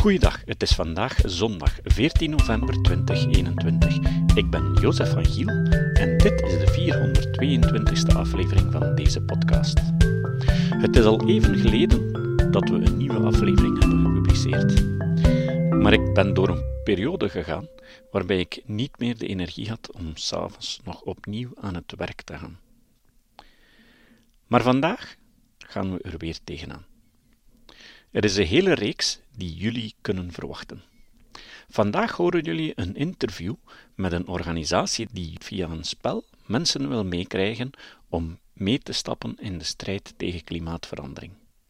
Goeiedag, het is vandaag zondag 14 november 2021. Ik ben Jozef van Giel en dit is de 422e aflevering van deze podcast. Het is al even geleden dat we een nieuwe aflevering hebben gepubliceerd. Maar ik ben door een periode gegaan waarbij ik niet meer de energie had om 's avonds nog opnieuw aan het werk te gaan. Maar vandaag gaan we er weer tegenaan. Er is een hele reeks die jullie kunnen verwachten. Vandaag horen jullie een interview met een organisatie die via een spel mensen wil meekrijgen om mee te stappen in de strijd tegen klimaatverandering.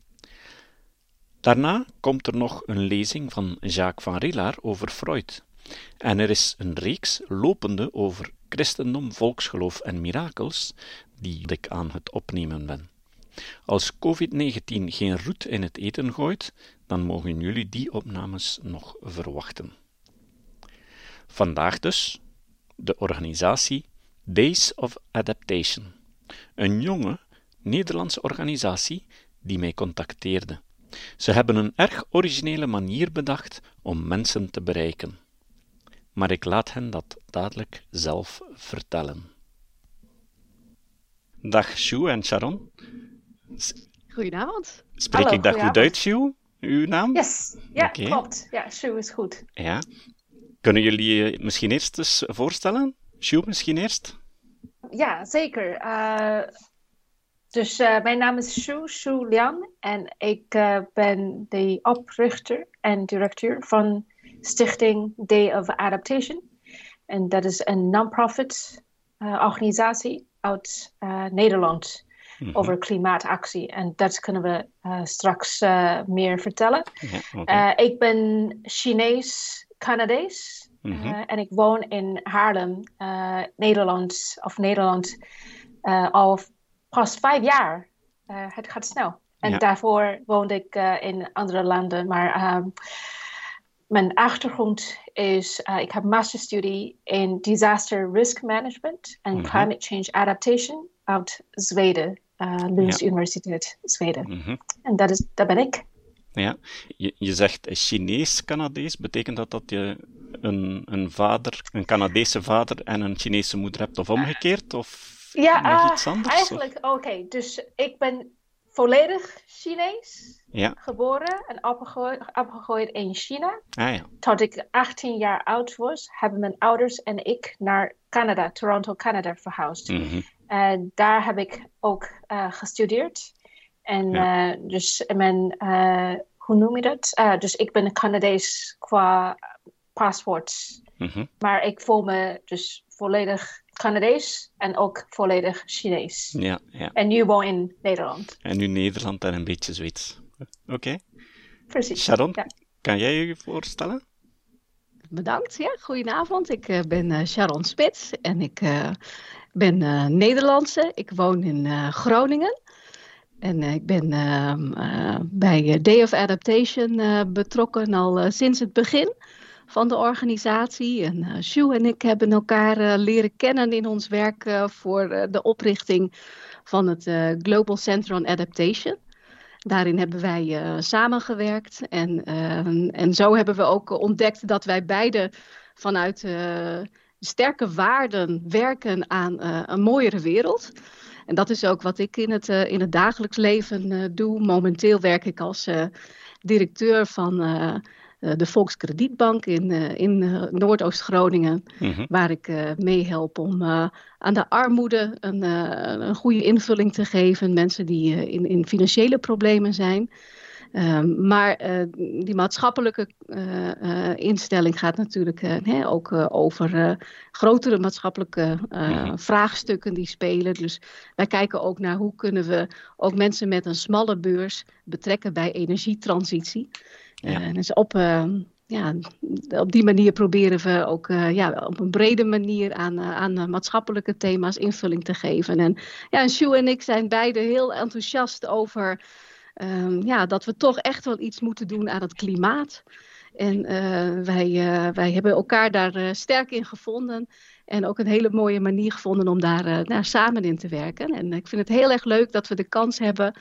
Daarna komt er nog een lezing van Jacques van Rielaar over Freud. En er is een reeks lopende over christendom, volksgeloof en mirakels die ik aan het opnemen ben. Als COVID-19 geen roet in het eten gooit, dan mogen jullie die opnames nog verwachten. Vandaag dus de organisatie Days of Adaptation. Een jonge Nederlandse organisatie die mij contacteerde. Ze hebben een erg originele manier bedacht om mensen te bereiken. Maar ik laat hen dat dadelijk zelf vertellen. Dag Sjoe en Sharon. Goedenavond. Spreek ik dat goed uit, Sjoe? Uw naam? Yes, ja, Oké. klopt. Ja, Sjoe is goed. Ja. Kunnen jullie je misschien eerst eens voorstellen? Sjoe, misschien eerst? Ja, zeker. Mijn naam is Sjoe Lian en ik ben de oprichter en directeur van Stichting Day of Adaptation. En dat is een non-profit organisatie uit Nederland. Over klimaatactie. En dat kunnen we straks meer vertellen. Ja, okay. Ik ben Chinees-Canadees. En ik woon in Haarlem, Nederland. Al pas 5 jaar. Het gaat snel. En daarvoor woonde ik in andere landen. Maar mijn achtergrond is... ik heb masterstudie in Disaster Risk Management en Climate Change Adaptation uit Zweden. Lunds Universiteit, Zweden. En dat ben ik. Ja, je zegt Chinees-Canadees. Betekent dat je een Canadese vader en een Chinese moeder hebt, of omgekeerd? Of nog iets anders? Eigenlijk oké. Dus ik ben volledig Chinees geboren en opgegroeid in China. Tot ik 18 jaar oud was, hebben mijn ouders en ik naar Canada, Toronto, Canada verhuisd. En daar heb ik ook gestudeerd. En dus mijn, hoe noem je dat? Dus ik ben Canadees qua paspoort. Maar ik voel me dus volledig Canadees en ook volledig Chinees. Ja. En nu woon in Nederland. En nu Nederland en een beetje Zweeds. Oké. Precies. Sharon, kan jij je voorstellen? Bedankt. Ja, goedenavond. Ik ben Sharon Spits en ik ben Nederlandse. Ik woon in Groningen. En ik ben bij Day of Adaptation betrokken al sinds het begin van de organisatie. En Sjoe en ik hebben elkaar leren kennen in ons werk voor de oprichting van het Global Center on Adaptation. Daarin hebben wij samengewerkt en zo hebben we ook ontdekt dat wij beide vanuit sterke waarden werken aan een mooiere wereld. En dat is ook wat ik in het dagelijks leven doe. Momenteel werk ik als directeur van de Volkskredietbank in Noordoost-Groningen. Waar ik meehelp om aan de armoede een goede invulling te geven. Mensen die in financiële problemen zijn. Maar die maatschappelijke instelling gaat natuurlijk ook over grotere maatschappelijke vraagstukken die spelen. Dus wij kijken ook naar hoe kunnen we ook mensen met een smalle beurs betrekken bij energietransitie. Dus op die manier proberen we ook op een brede manier aan maatschappelijke thema's invulling te geven. En Sjoe en ik zijn beide heel enthousiast over... dat we toch echt wel iets moeten doen aan het klimaat. En wij hebben elkaar daar sterk in gevonden. En ook een hele mooie manier gevonden om daar samen in te werken. En ik vind het heel erg leuk dat we de kans hebben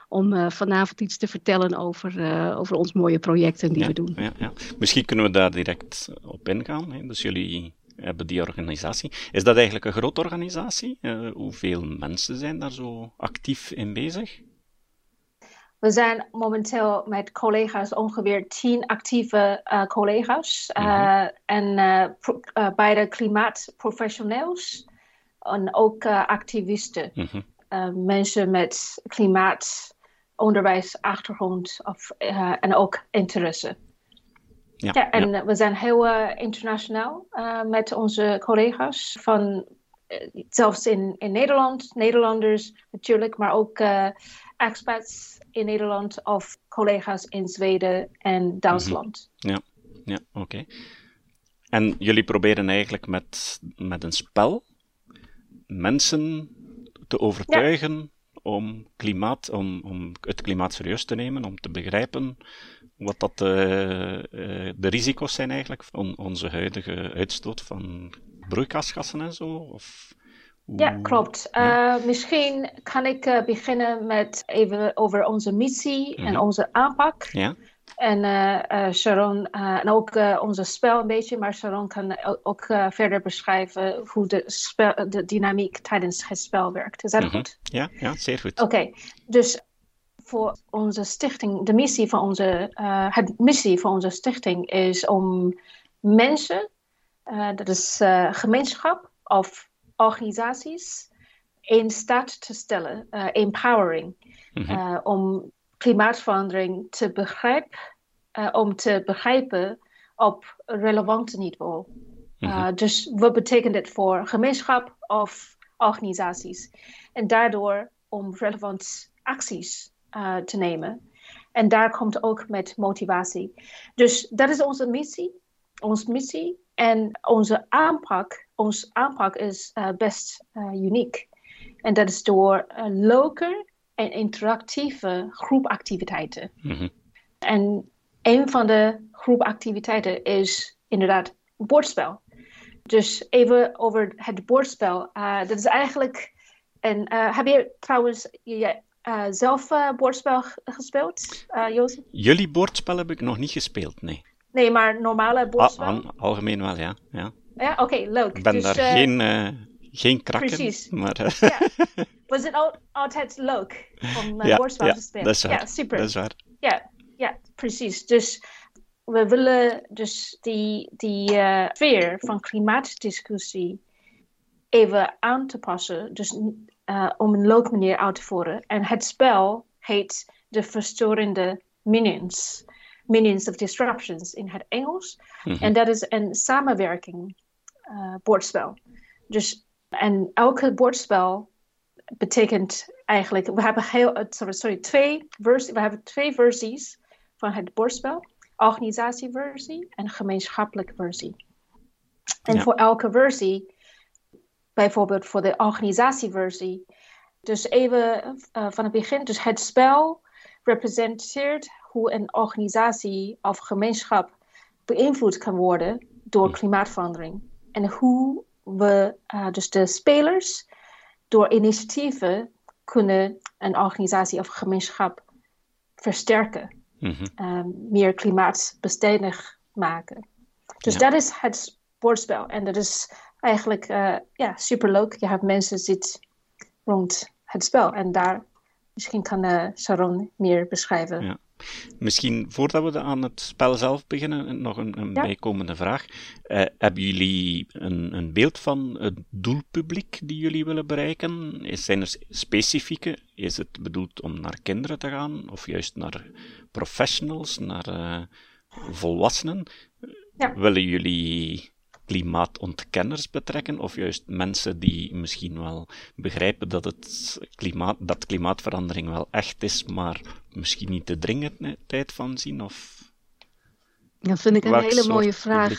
om vanavond iets te vertellen over ons mooie projecten die we doen. Ja. Misschien kunnen we daar direct op ingaan. Hè? Dus jullie hebben die organisatie. Is dat eigenlijk een grote organisatie? Hoeveel mensen zijn daar zo actief in bezig? We zijn momenteel met collega's ongeveer 10 actieve collega's. En beide klimaatprofessionals en ook activisten. Mensen met klimaatonderwijsachtergrond en ook interesse. We zijn heel internationaal met onze collega's. Zelfs in Nederland, Nederlanders natuurlijk, maar ook expats in Nederland of collega's in Zweden en Duitsland. Ja, oké. En jullie proberen eigenlijk met een spel mensen te overtuigen om het klimaat serieus te nemen, om te begrijpen wat dat de risico's zijn eigenlijk van onze huidige uitstoot van broeikasgassen en zo? Of ja, klopt. Misschien kan ik beginnen met even over onze missie en onze aanpak. Ja. En Sharon, en ook onze spel een beetje, maar Sharon kan ook verder beschrijven hoe de dynamiek tijdens het spel werkt. Is dat goed? Ja, zeer goed. Oké, dus voor onze stichting, de missie van onze stichting is om mensen, dat is gemeenschap of organisaties, in staat te stellen, empowering, om klimaatverandering te begrijpen op relevante niveau. Dus wat betekent dit voor gemeenschap of organisaties? En daardoor om relevant acties te nemen. En daar komt ook met motivatie. Dus dat is onze missie. En onze aanpak is best uniek. En dat is door leuke en interactieve groepactiviteiten. En een van de groepactiviteiten is inderdaad bordspel. Dus even over het bordspel. Dat is eigenlijk heb je trouwens zelf bordspel gespeeld, Jozef? Jullie bordspel heb ik nog niet gespeeld, nee. Nee, maar normale bordspel? Algemeen wel, ja. Ja, oké, leuk. Ik ben daar geen krakker. Precies. Maar, Was het altijd leuk om bordspel te spelen? Dat is waar. Ja, super. Dat is waar. Ja, precies. Dus we willen dus die sfeer van klimaatdiscussie even aan te passen. Dus op een leuke manier uit te voeren. En het spel heet de verstorende Minions. Minions of Disruptions in het Engels. En dat is een samenwerking bordspel. Dus, en elke bordspel betekent eigenlijk, we hebben twee versies van het bordspel. Organisatieversie en gemeenschappelijke versie. En voor elke versie, bijvoorbeeld voor de organisatieversie, dus even van het begin, dus het spel representeert hoe een organisatie of gemeenschap beïnvloed kan worden door klimaatverandering. En hoe we, dus de spelers, door initiatieven kunnen een organisatie of gemeenschap versterken. Meer klimaatbestendig maken. Dus dat is het bordspel. En dat is eigenlijk superleuk. Je hebt mensen zitten rond het spel. En daar misschien kan Sharon meer beschrijven. Ja. Misschien voordat we aan het spel zelf beginnen, nog een bijkomende vraag. Hebben jullie een beeld van het doelpubliek die jullie willen bereiken? Zijn er specifieke? Is het bedoeld om naar kinderen te gaan? Of juist naar professionals, naar volwassenen? Ja. Willen jullie klimaatontkenners betrekken? Of juist mensen die misschien wel begrijpen dat klimaatverandering wel echt is, maar misschien niet de dringendheid van zien? Of dat vind ik een hele mooie vraag.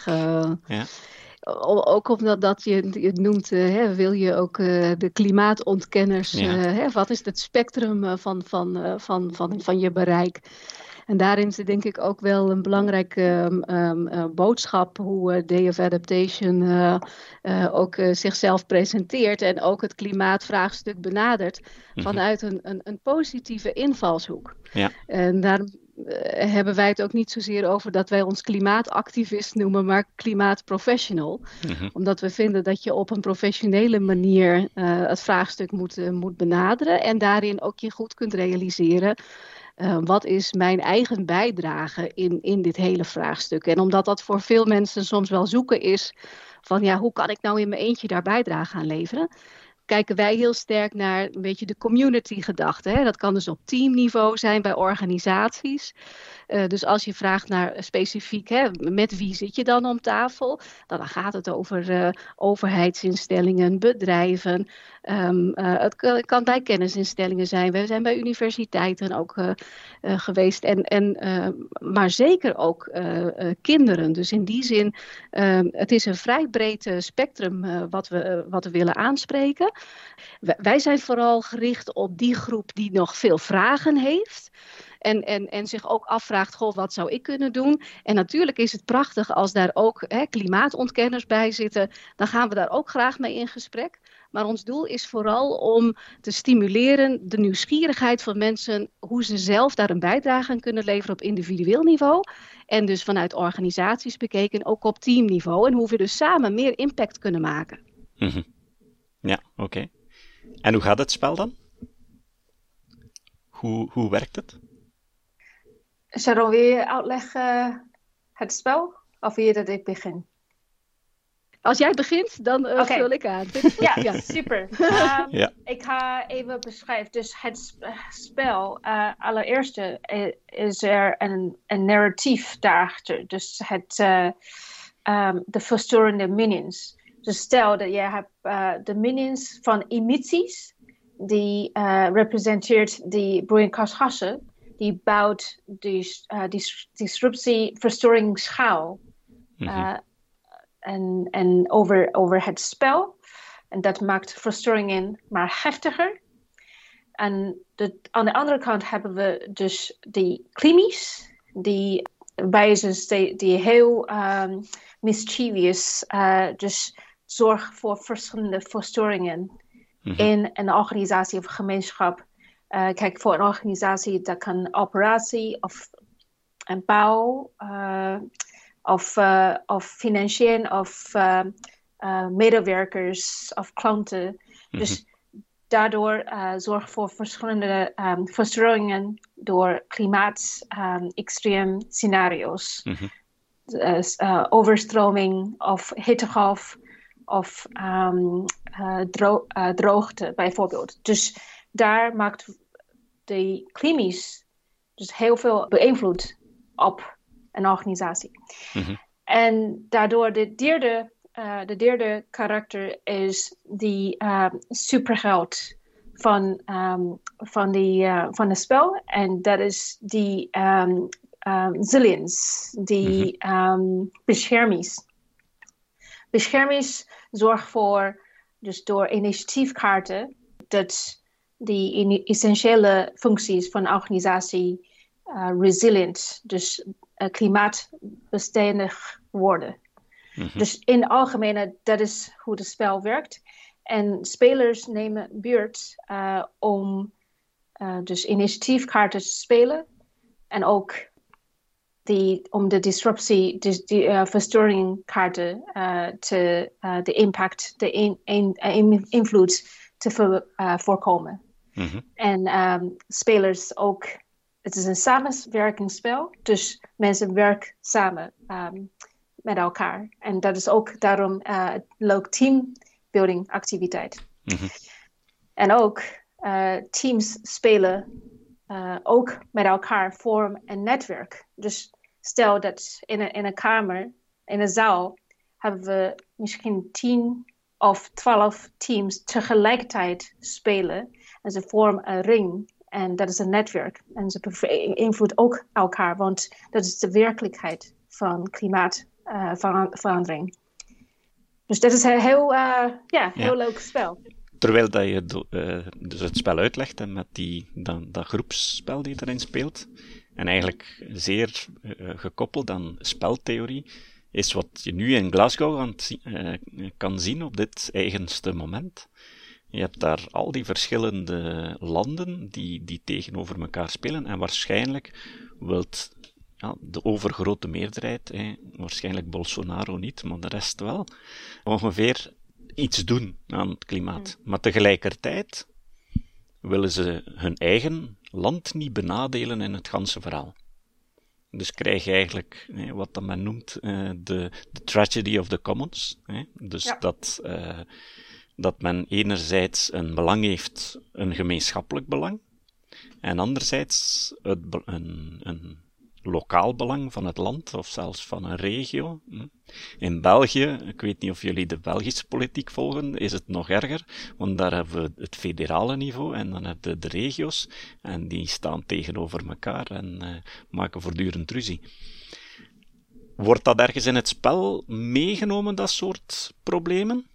Ook omdat je het noemt, wil je ook de klimaatontkenners, wat is het spectrum van je bereik? En daarin zit denk ik ook wel een belangrijke boodschap hoe Day of Adaptation ook zichzelf presenteert en ook het klimaatvraagstuk benadert vanuit een positieve invalshoek. Ja. En daarom hebben wij het ook niet zozeer over dat wij ons klimaatactivist noemen, maar klimaatprofessional. Omdat we vinden dat je op een professionele manier het vraagstuk moet benaderen en daarin ook je goed kunt realiseren. Wat is mijn eigen bijdrage in dit hele vraagstuk? En omdat dat voor veel mensen soms wel zoeken is van ja, hoe kan ik nou in mijn eentje daar bijdrage aan leveren? Kijken wij heel sterk naar een beetje de community gedachte. Hè? Dat kan dus op teamniveau zijn bij organisaties. Dus als je vraagt naar specifiek, met wie zit je dan om tafel? Dan gaat het over overheidsinstellingen, bedrijven. Het kan bij kennisinstellingen zijn. We zijn bij universiteiten ook geweest. Maar zeker ook kinderen. Dus in die zin, het is een vrij breed spectrum wat we willen aanspreken. Wij zijn vooral gericht op die groep die nog veel vragen heeft. En zich ook afvraagt, goh, wat zou ik kunnen doen? En natuurlijk is het prachtig als daar ook klimaatontkenners bij zitten. Dan gaan we daar ook graag mee in gesprek. Maar ons doel is vooral om te stimuleren de nieuwsgierigheid van mensen, hoe ze zelf daar een bijdrage aan kunnen leveren op individueel niveau. En dus vanuit organisaties bekeken ook op teamniveau. En hoe we dus samen meer impact kunnen maken. Ja, oké. En hoe gaat het spel dan? Hoe werkt het? Sharon, wil je uitleggen het spel? Of wil je dat ik begin? Als jij begint, dan vul ik aan. Ja, super. Ik ga even beschrijven. Dus het spel, allereerst is er een narratief daarachter. Dus de verstorende minions. Dus stel dat je hebt de minions van emissies. Die representeert die broeikasgassen. Die bouwt die disruptie-verstoringsschaal. En over het spel. En dat maakt verstoringen maar heftiger. En aan de andere kant hebben we dus die klimies. Die wijzers die heel mischievous dus zorgen voor verschillende verstoringen. In een organisatie of gemeenschap. Kijk, voor een organisatie dat kan operatie of een bouw of financiën of medewerkers of klanten. Dus daardoor zorgen voor verschillende verstoringen door klimaat-extreem scenario's. Overstroming of hittegolf of droogte bijvoorbeeld. Dus daar maakt de klimies dus heel veel beïnvloed op een organisatie. En daardoor de derde karakter is die superheld van het spel. En dat is die Zillions, die beschermies. Beschermies zorgt voor, dus door initiatiefkaarten, dat die essentiële functies van een organisatie resilient, dus klimaatbestendig worden. Dus in het algemeen, dat is hoe het spel werkt. En spelers nemen beurt om dus initiatiefkaarten te spelen. En ook om de disruptie, dus die verstoringkaarten, de impact, de invloed te voorkomen. En spelers ook, het is een samenwerkingsspel, dus mensen werken samen met elkaar. En dat is ook daarom een leuk teambuilding activiteit. En ook teams spelen ook met elkaar vormen een netwerk. Dus stel dat in een kamer, in een zaal, hebben we misschien 10 of 12 teams tegelijkertijd spelen. En ze vormen een ring. En dat is een netwerk. En ze beïnvloeden ook elkaar. Want dat is de werkelijkheid van klimaatverandering. Dus dat is een heel leuk spel. Terwijl dat je dus het spel uitlegt en met dat groepsspel die erin speelt, en eigenlijk zeer gekoppeld aan speltheorie, is wat je nu in Glasgow kan zien op dit eigenste moment. Je hebt daar al die verschillende landen die tegenover elkaar spelen, en waarschijnlijk wilt de overgrote meerderheid, waarschijnlijk Bolsonaro niet, maar de rest wel, ongeveer iets doen aan het klimaat. Maar tegelijkertijd willen ze hun eigen land niet benadelen in het ganse verhaal. Dus krijg je eigenlijk wat dat men noemt de tragedy of the commons. Dus dat men enerzijds een belang heeft, een gemeenschappelijk belang, en anderzijds een lokaal belang van het land, of zelfs van een regio. In België, ik weet niet of jullie de Belgische politiek volgen, is het nog erger, want daar hebben we het federale niveau, en dan hebben we de regio's, en die staan tegenover elkaar en maken voortdurend ruzie. Wordt dat ergens in het spel meegenomen, dat soort problemen?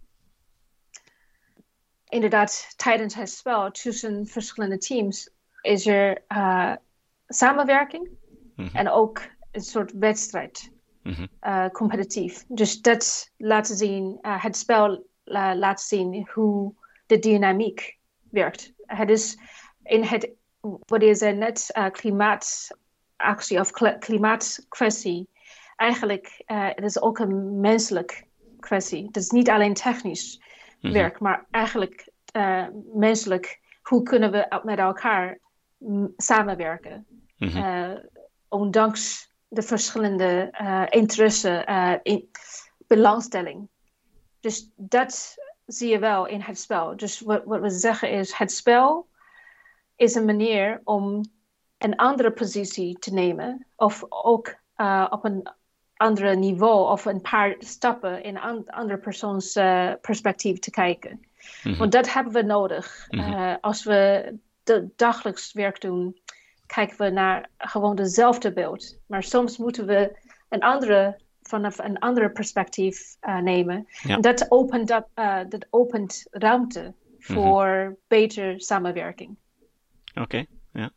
Inderdaad, tijdens het spel tussen verschillende teams is er samenwerking en ook een soort wedstrijd, competitief. Dus dat laat zien, het spel laat zien hoe de dynamiek werkt. Het is in het, wat je zei net, klimaatactie of klimaatkwestie. Eigenlijk, het is ook een menselijk kwestie. Het is niet alleen technisch werk, maar eigenlijk menselijk. Hoe kunnen we met elkaar samenwerken? Ondanks de verschillende interesse, belangstelling. Dus dat zie je wel in het spel. Dus wat we zeggen is, het spel is een manier om een andere positie te nemen, of ook op een andere niveau of een paar stappen in een andere persoons perspectief te kijken. Want dat hebben we nodig. Als we dagelijks werk doen, kijken we naar gewoon dezelfde beeld. Maar soms moeten we vanaf een andere perspectief nemen. Ja. En dat opent ruimte voor betere samenwerking. Oké, ja.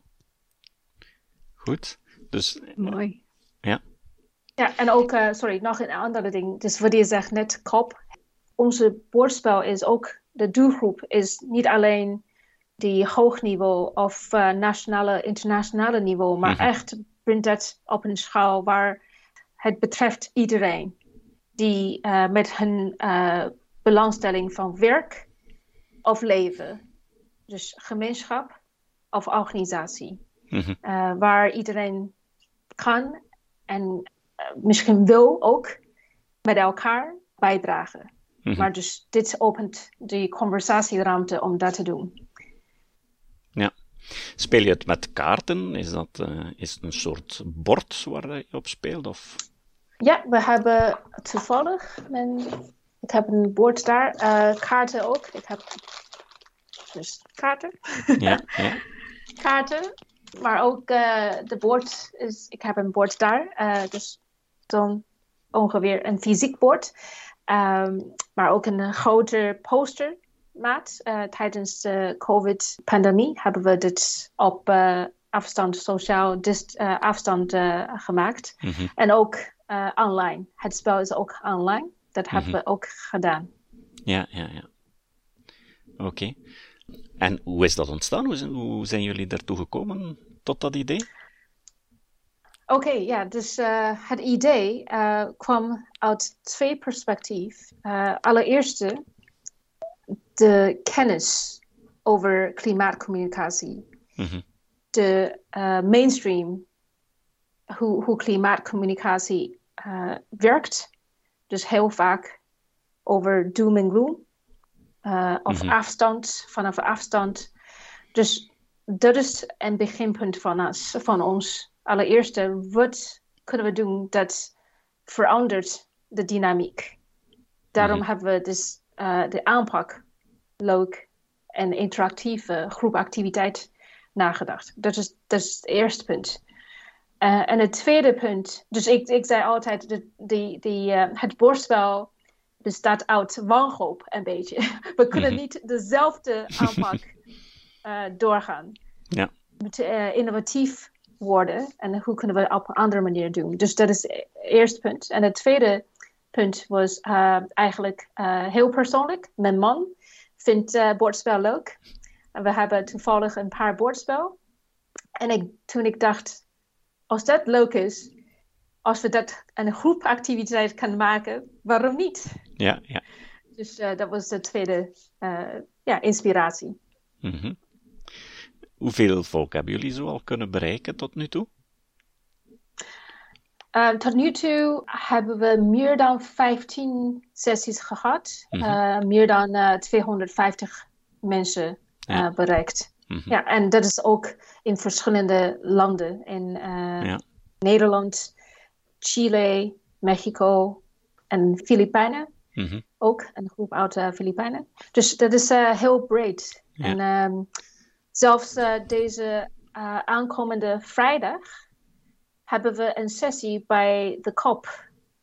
Goed. Dus, mooi. Ja. Ja, en ook, nog een andere ding. Dus wat je zegt net, COP. Onze bordspel is ook, de doelgroep is niet alleen die hoog niveau of nationale, internationale niveau, maar echt brengt dat op een schaal waar het betreft iedereen die met hun belangstelling van werk of leven, dus gemeenschap of organisatie, waar iedereen kan en misschien wil ook met elkaar bijdragen. Maar dus dit opent de conversatieruimte om dat te doen. Ja. Speel je het met kaarten? Is het een soort bord waar je op speelt? Of? Ja, we hebben toevallig, ik heb een bord daar, kaarten ook. Ik heb dus kaarten. Ja. Kaarten, maar ook de bord is, ik heb een bord daar, dus dan ongeveer een fysiek bord. Maar ook een groter postermaat. Tijdens de COVID-pandemie hebben we dit op afstand, sociaal afstand gemaakt. En ook online. Het spel is ook online. Dat hebben we ook gedaan. Ja. Oké. En hoe is dat ontstaan? Hoe zijn jullie daartoe gekomen tot dat idee? Oké, ja, dus het idee kwam uit twee perspectieven. Allereerst de kennis over klimaatcommunicatie. De mainstream, hoe klimaatcommunicatie werkt. Dus heel vaak over doom en gloom. Of vanaf afstand. Dus dat is een beginpunt van ons. Allereerst, wat kunnen we doen dat verandert de dynamiek? Daarom hebben we dus de aanpak leuk en interactieve groepactiviteit nagedacht. Dat is het eerste punt. En het tweede punt, dus ik zei altijd, het bordspel bestaat uit wanhoop een beetje. We kunnen niet dezelfde aanpak doorgaan. Ja. Met innovatief worden en hoe kunnen we het op een andere manier doen. Dus dat is het eerste punt. En het tweede punt was eigenlijk heel persoonlijk. Mijn man vindt bordspel leuk. En we hebben toevallig een paar bordspel. En toen ik dacht, als dat leuk is, als we dat een groepactiviteit kunnen maken, waarom niet? Ja. Dus dat was de tweede inspiratie. Mm-hmm. Hoeveel volk hebben jullie zo al kunnen bereiken tot nu toe? Tot nu toe hebben we meer dan 15 sessies gehad. Meer dan 250 mensen bereikt. Mm-hmm. Ja, en dat is ook in verschillende landen. In Nederland, Chile, Mexico en Filipijnen. Mm-hmm. Ook een groep uit Filipijnen. Dus dat is heel breed. Ja. En zelfs deze aankomende vrijdag hebben we een sessie bij de COP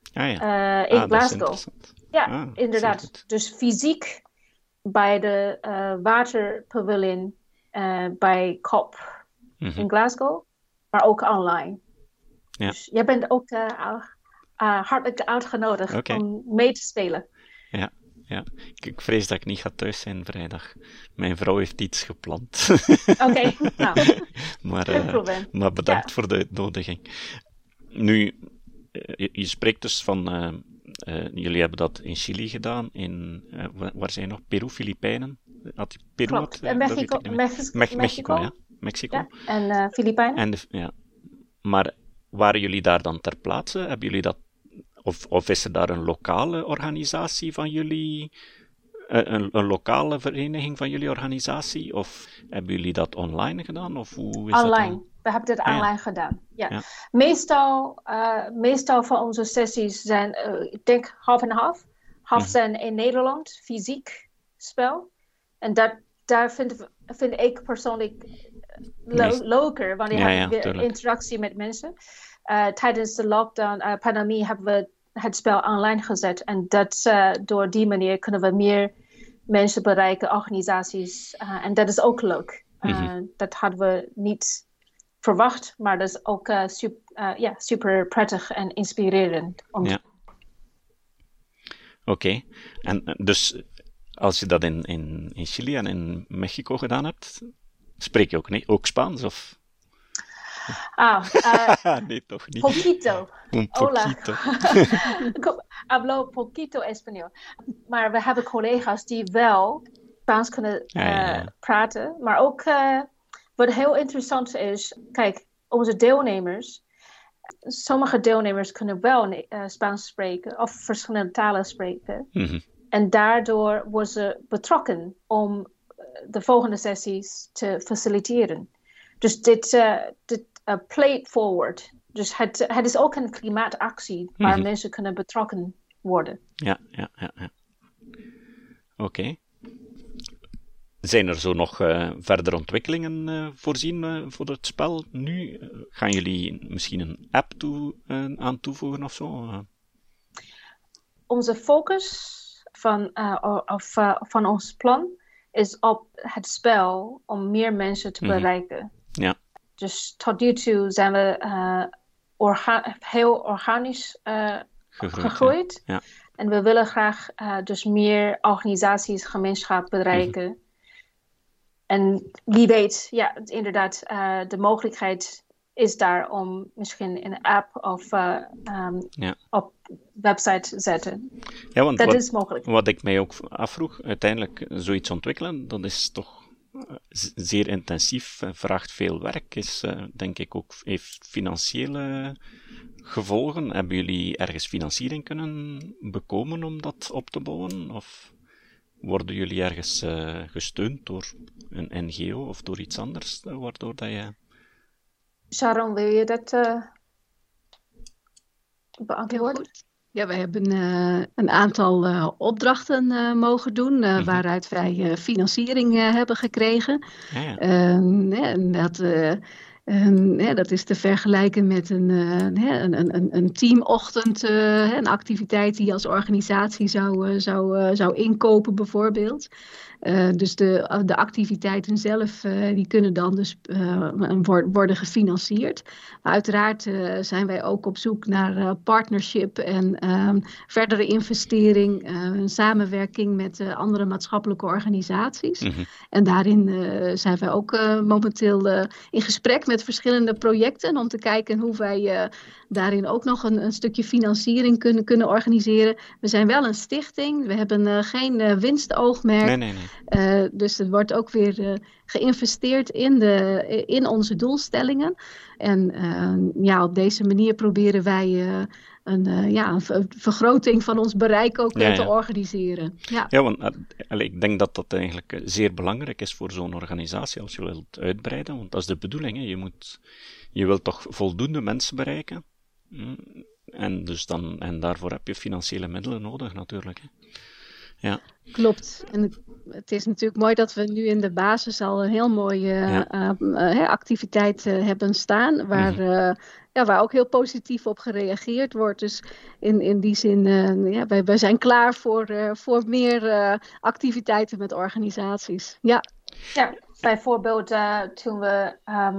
in Glasgow. Ja, inderdaad. Dus fysiek bij de waterpavilion bij COP in Glasgow, maar ook online. Ja. Dus jij bent ook hartelijk uitgenodigd om mee te spelen. Ja. Ik vrees dat ik niet ga thuis zijn vrijdag. Mijn vrouw heeft iets gepland. Oké, nou. Maar bedankt voor de uitnodiging. Nu, je spreekt dus van... jullie hebben dat in Chili gedaan, waar zijn nog? Peru, Filipijnen? Klopt. Mexico. Ja. Mexico. Ja. En Filipijnen. Maar waren jullie daar dan ter plaatse? Hebben jullie dat... Of is er daar een lokale organisatie van jullie, een lokale vereniging van jullie organisatie? Of hebben jullie dat online gedaan? Of hoe is online. Dat we hebben het online gedaan. Ja. Meestal van onze sessies zijn, ik denk, half en half. Half zijn in Nederland, fysiek spel. En daar vind ik persoonlijk leuker, want je hebt weer interactie met mensen. Tijdens de lockdown, pandemie, hebben we het spel online gezet. En door die manier kunnen we meer mensen bereiken, organisaties. En dat is ook leuk. Dat hadden we niet verwacht, maar dat is ook super prettig en inspirerend. Oké. En dus als je dat in Chili en in Mexico gedaan hebt, spreek je ook Spaans? Of? Nee, toch niet. Poquito. Hola. Hablo poquito español. Maar we hebben collega's die wel Spaans kunnen praten. Maar ook wat heel interessant is, kijk, onze deelnemers, sommige deelnemers kunnen wel Spaans spreken of verschillende talen spreken. Mm-hmm. En daardoor worden ze betrokken om de volgende sessies te faciliteren. Dus dit play it forward. Dus het is ook een klimaatactie waar mensen kunnen betrokken worden. Ja. Oké. Zijn er zo nog verdere ontwikkelingen voorzien voor het spel nu? Gaan jullie misschien een app aan toevoegen of zo? Onze focus van ons plan is op het spel om meer mensen te bereiken. Ja. Dus tot nu toe zijn we heel organisch gegroeid. Ja. En we willen graag dus meer organisaties, gemeenschap bereiken. En wie weet, inderdaad, de mogelijkheid is daar om misschien een app of op website te zetten. Ja, want dat is mogelijk. Wat ik mij ook afvroeg, uiteindelijk zoiets ontwikkelen, dat is toch zeer intensief, vraagt veel werk, is denk ik ook, heeft financiële gevolgen. Hebben jullie ergens financiering kunnen bekomen om dat op te bouwen? Of worden jullie ergens gesteund door een NGO of door iets anders, waardoor dat je... Sharon, wil je dat beantwoorden? Ja, we hebben een aantal opdrachten mogen doen, waaruit wij financiering hebben gekregen. En dat Dat is te vergelijken met een teamochtend, een activiteit die je als organisatie zou inkopen bijvoorbeeld. Dus de activiteiten zelf die kunnen dan dus worden gefinancierd. Maar uiteraard zijn wij ook op zoek naar partnership en verdere investering, samenwerking met andere maatschappelijke organisaties. Mm-hmm. En daarin zijn wij ook momenteel in gesprek met verschillende projecten om te kijken hoe wij daarin ook nog een stukje financiering kunnen organiseren. We zijn wel een stichting, we hebben geen winstoogmerk. Nee. Dus er wordt ook weer geïnvesteerd in onze doelstellingen. En op deze manier proberen wij een vergroting van ons bereik ook te organiseren. Ja, want ik denk dat dat eigenlijk zeer belangrijk is voor zo'n organisatie als je wilt uitbreiden. Want dat is de bedoeling, hè. Je wilt toch voldoende mensen bereiken. En daarvoor heb je financiële middelen nodig natuurlijk, hè. Ja. Klopt. En het is natuurlijk mooi dat we nu in de basis al een heel mooie activiteit hebben staan, waar ook heel positief op gereageerd wordt. Dus in die zin, wij zijn klaar voor meer activiteiten met organisaties. Ja, bijvoorbeeld toen we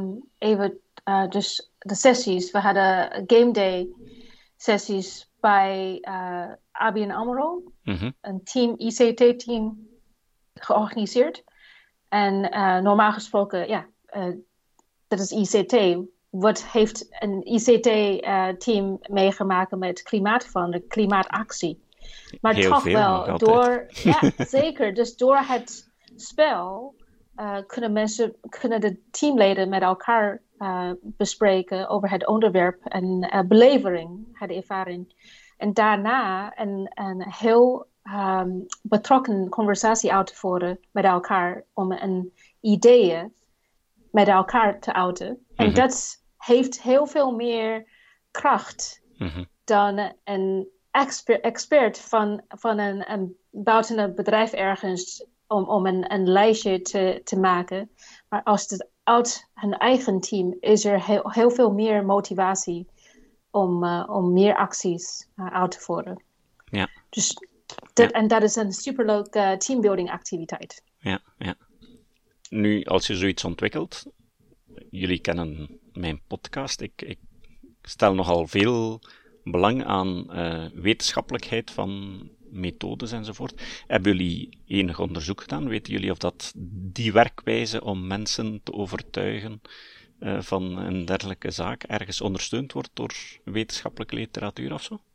dus de sessies, we hadden game day sessies bij ABN AMRO, een ICT-team georganiseerd. En normaal gesproken, dat is ICT. Wat heeft een ICT-team meegemaakt met klimaatverandering, klimaatactie? Maar heel toch wel, zeker. Dus door het spel kunnen de teamleden met elkaar bespreken over het onderwerp en belevering, het ervaring. En daarna een heel betrokken conversatie uit te voeren met elkaar om een ideeën met elkaar te uiten. En dat heeft heel veel meer kracht dan een expert van een buiten een bedrijf ergens om een lijstje te maken. Maar als het uit hun eigen team is er heel veel meer motivatie om meer acties uit te voeren. Ja. Dus en dat is een superleuke teambuilding activiteit. Ja. Nu, als je zoiets ontwikkelt, jullie kennen mijn podcast, ik stel nogal veel belang aan wetenschappelijkheid van methodes enzovoort. Hebben jullie enig onderzoek gedaan? Weten jullie of dat die werkwijze om mensen te overtuigen van een dergelijke zaak ergens ondersteund wordt door wetenschappelijke literatuur of zo?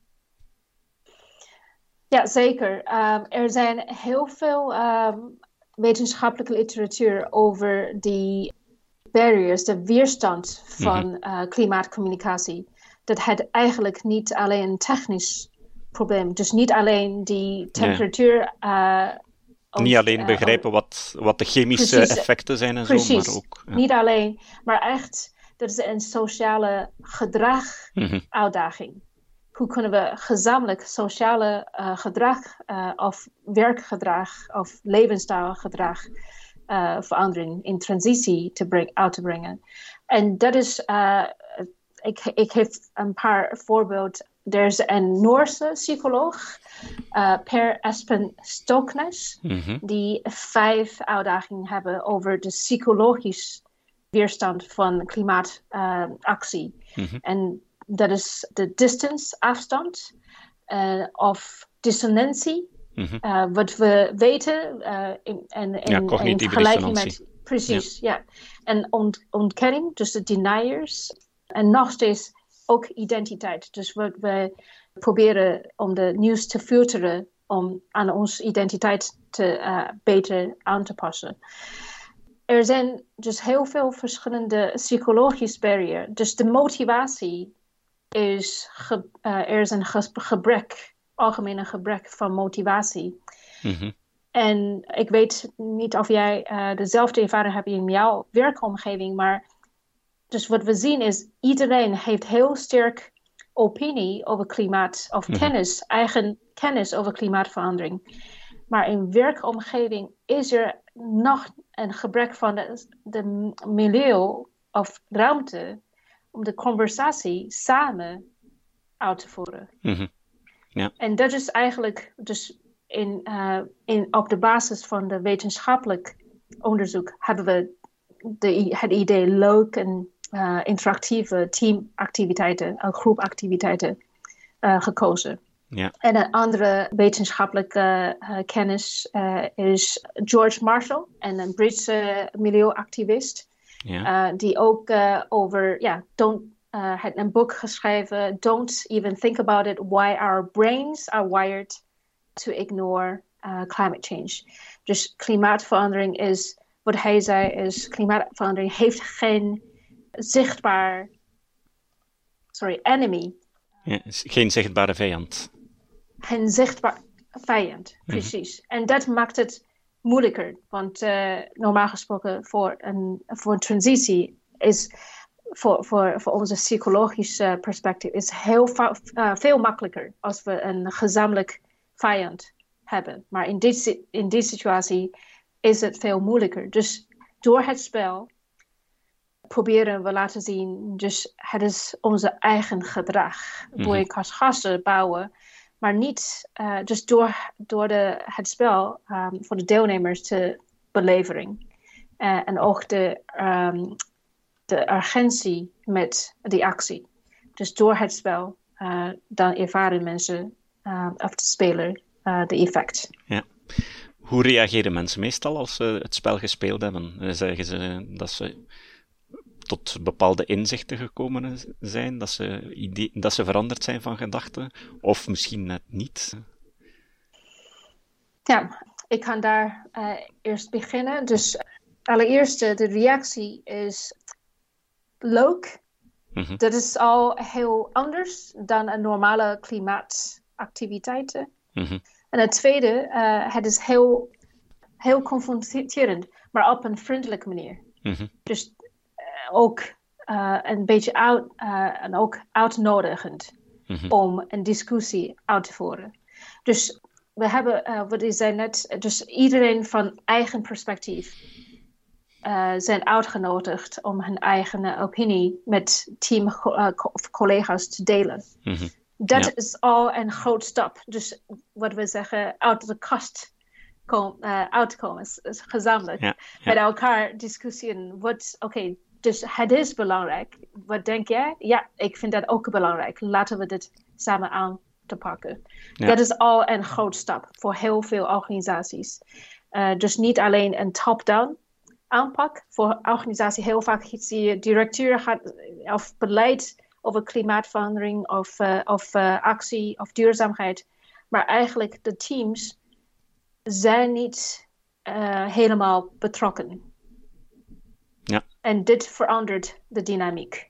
Ja, zeker. Er zijn heel veel wetenschappelijke literatuur over die barriers, de weerstand van klimaatcommunicatie. Dat het eigenlijk niet alleen een technisch probleem, dus niet alleen die temperatuur. Niet alleen begrijpen wat de chemische effecten zijn en zo, maar ook. Ja. Niet alleen, maar echt, dat is een sociale gedrag-uitdaging. Hoe kunnen we gezamenlijk sociale gedrag of werkgedrag of levensstijlgedrag verandering in transitie uit te brengen. En dat is, ik geef een paar voorbeelden. Er is een Noorse psycholoog, Per Espen Stoknes, die 5 uitdagingen hebben over de psychologische weerstand van klimaatactie. En dat is de distance, afstand, of dissonantie, wat we weten in vergelijking met... Precies, ja. En ontkenning, dus de deniers. En nog steeds ook identiteit. Dus we proberen om de nieuws te filteren om aan onze identiteit beter aan te passen. Er zijn dus heel veel verschillende psychologische barrières. Dus de motivatie is... er is een algemene gebrek van motivatie. En ik weet niet of jij dezelfde ervaring hebt in jouw werkomgeving, maar dus wat we zien is, iedereen heeft heel sterk opinie over klimaat, of eigen kennis over klimaatverandering. Maar in werkomgeving is er nog een gebrek van de milieu of ruimte om de conversatie samen uit te voeren. Mm-hmm. Ja. En dat is eigenlijk dus op de basis van de wetenschappelijk onderzoek hebben we het idee leuk en interactieve teamactiviteiten, groepactiviteiten gekozen. Ja. En een andere wetenschappelijke kennis is George Marshall, een Britse milieuactivist, die ook had een boek geschreven, Don't Even Think About It, Why Our Brains Are Wired to Ignore Climate Change. Dus klimaatverandering is, wat hij zei, is klimaatverandering heeft geen zichtbaar, enemy. Ja, geen zichtbare vijand. Geen zichtbaar vijand, precies. En dat maakt het moeilijker, want normaal gesproken voor een transitie is voor onze psychologische perspectief is veel makkelijker als we een gezamenlijk vijand hebben. Maar in die situatie is het veel moeilijker. Dus door het spel proberen we laten zien, dus het is onze eigen gedrag. Broeikasgassen bouwen, maar niet dus door het spel voor de deelnemers te belevering. En ook de urgentie met die actie. Dus door het spel dan ervaren mensen of de speler de effect. Ja. Hoe reageren mensen meestal als ze het spel gespeeld hebben? Zeggen ze dat ze tot bepaalde inzichten gekomen zijn, dat ze veranderd zijn van gedachten, of misschien net niet? Ja, ik kan daar eerst beginnen. Dus allereerst, de reactie is leuk. Mm-hmm. Dat is al heel anders dan een normale klimaatactiviteiten. Mm-hmm. En het tweede, het is heel confronterend, maar op een vriendelijke manier. Mm-hmm. Dus ook een beetje en ook uitnodigend om een discussie uit te voeren. Dus we hebben, wat ik zei net, dus iedereen van eigen perspectief zijn uitgenodigd om hun eigen opinie met team of collega's te delen. Mm-hmm. Dat is al een groot stap. Dus wat we zeggen, uit de kast uitkomen, is gezamenlijk. Met elkaar discussiëren. Dus het is belangrijk. Wat denk jij? Ja, ik vind dat ook belangrijk. Laten we dit samen aan te pakken. Ja. Dat is al een groot stap voor heel veel organisaties. Dus niet alleen een top-down aanpak. Voor organisaties heel vaak zie je directeur gaat of beleid over klimaatverandering of actie of duurzaamheid. Maar eigenlijk de teams zijn niet helemaal betrokken. Ja. En dit verandert de dynamiek.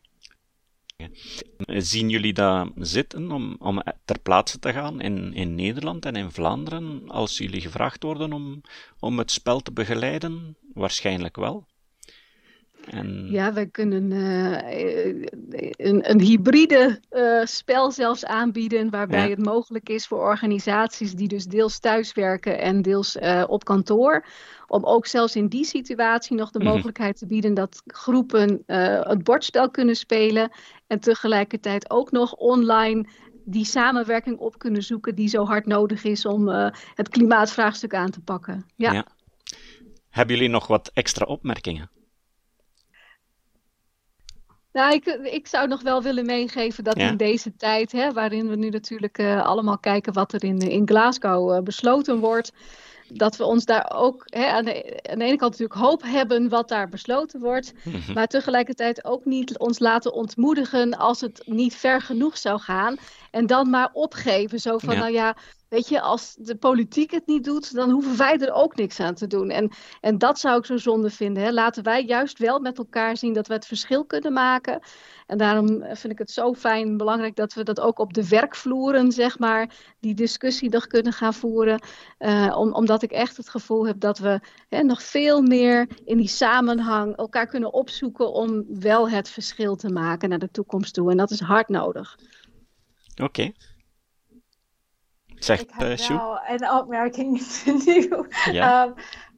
Zien jullie dat zitten om ter plaatse te gaan in Nederland en in Vlaanderen als jullie gevraagd worden om het spel te begeleiden? Waarschijnlijk wel. Ja, wij kunnen een hybride spel zelfs aanbieden, waarbij het mogelijk is voor organisaties die dus deels thuiswerken en deels op kantoor, om ook zelfs in die situatie nog de mogelijkheid te bieden dat groepen het bordspel kunnen spelen en tegelijkertijd ook nog online die samenwerking op kunnen zoeken die zo hard nodig is om het klimaatvraagstuk aan te pakken. Ja. Hebben jullie nog wat extra opmerkingen? Nou, ik zou nog wel willen meegeven dat in deze tijd, waarin we nu natuurlijk allemaal kijken wat er in Glasgow besloten wordt, dat we ons daar ook aan de ene kant natuurlijk hoop hebben wat daar besloten wordt, maar tegelijkertijd ook niet ons laten ontmoedigen als het niet ver genoeg zou gaan en dan maar opgeven. Zo van, weet je, als de politiek het niet doet, dan hoeven wij er ook niks aan te doen. En dat zou ik zo zonde vinden. Laten wij juist wel met elkaar zien dat we het verschil kunnen maken. En daarom vind ik het zo fijn en belangrijk dat we dat ook op de werkvloeren, zeg maar, die discussie nog kunnen gaan voeren. Omdat ik echt het gevoel heb dat we nog veel meer in die samenhang elkaar kunnen opzoeken om wel het verschil te maken naar de toekomst toe. En dat is hard nodig. Oké. Ik heb wel een opmerking nu. Ja.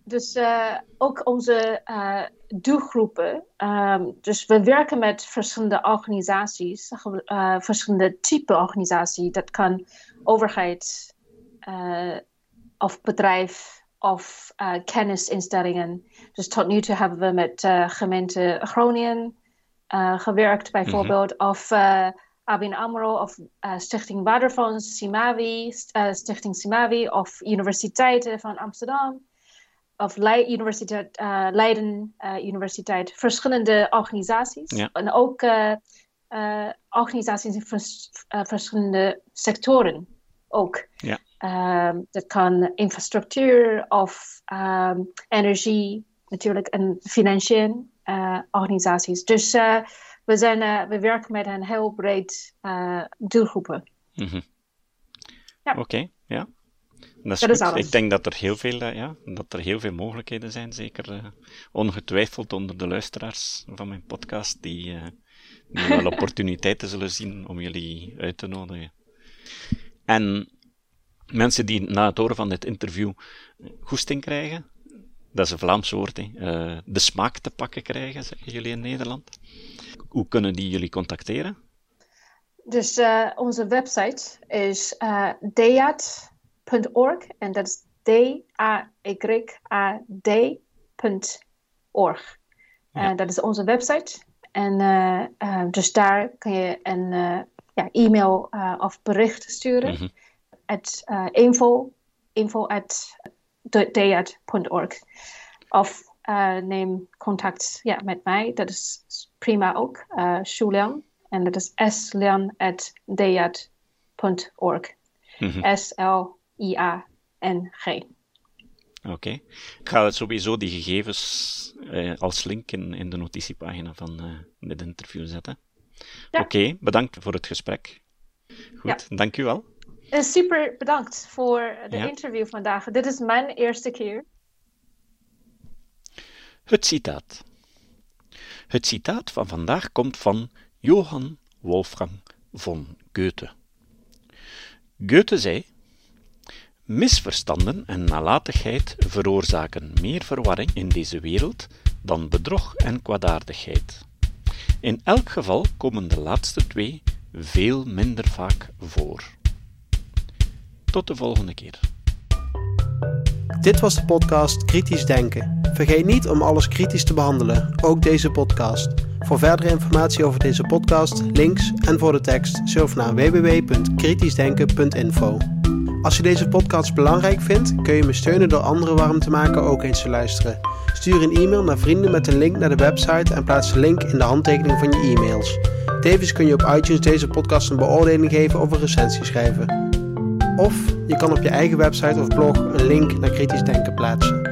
Dus ook onze doelgroepen. Dus we werken met verschillende organisaties, verschillende type organisaties. Dat kan overheid of bedrijf of kennisinstellingen. Dus tot nu toe hebben we met gemeente Groningen gewerkt bijvoorbeeld. Of ABN AMRO of Stichting Waterfonds, Stichting Simavi of universiteiten van Amsterdam. Of Universiteit Leiden, Universiteit, verschillende organisaties. Ja. En ook organisaties in verschillende sectoren ook. Ja. Dat kan infrastructuur of energie natuurlijk en financiële organisaties. Dus we werken met een heel breed doelgroepen. Mm-hmm. Ja. Oké, ja. Dat is goed. Ik denk dat er heel veel mogelijkheden zijn, zeker ongetwijfeld onder de luisteraars van mijn podcast, die wel opportuniteiten zullen zien om jullie uit te nodigen. En mensen die na het horen van dit interview goesting krijgen, dat is een Vlaams woord, de smaak te pakken krijgen, zeggen jullie in Nederland. Hoe kunnen die jullie contacteren? Dus onze website is dayad.org en dat is dayad.org. Ja. Dat is onze website. En dus daar kun je een e-mail of bericht sturen. Mm-hmm. info@dayad.org. Of neem contact met mij. Dat is prima ook. Shuliang. En dat is slian@dayad.org. Mm-hmm. SLIANG. Oké. Ik ga sowieso die gegevens als link in de notitiepagina van dit interview zetten. Ja. Oké, bedankt voor het gesprek. Goed, dank u wel. Super bedankt voor de interview vandaag. Dit is mijn eerste keer. Het citaat. Het citaat van vandaag komt van Johann Wolfgang von Goethe. Goethe zei: misverstanden en nalatigheid veroorzaken meer verwarring in deze wereld dan bedrog en kwaadaardigheid. In elk geval komen de laatste twee veel minder vaak voor. Tot de volgende keer. Dit was de podcast Kritisch Denken. Vergeet niet om alles kritisch te behandelen, ook deze podcast. Voor verdere informatie over deze podcast, links en voor de tekst, surf naar www.kritischdenken.info. Als je deze podcast belangrijk vindt, kun je me steunen door anderen warm te maken ook eens te luisteren. Stuur een e-mail naar vrienden met een link naar de website en plaats de link in de handtekening van je e-mails. Tevens kun je op iTunes deze podcast een beoordeling geven of een recensie schrijven. Of je kan op je eigen website of blog een link naar Kritisch Denken plaatsen.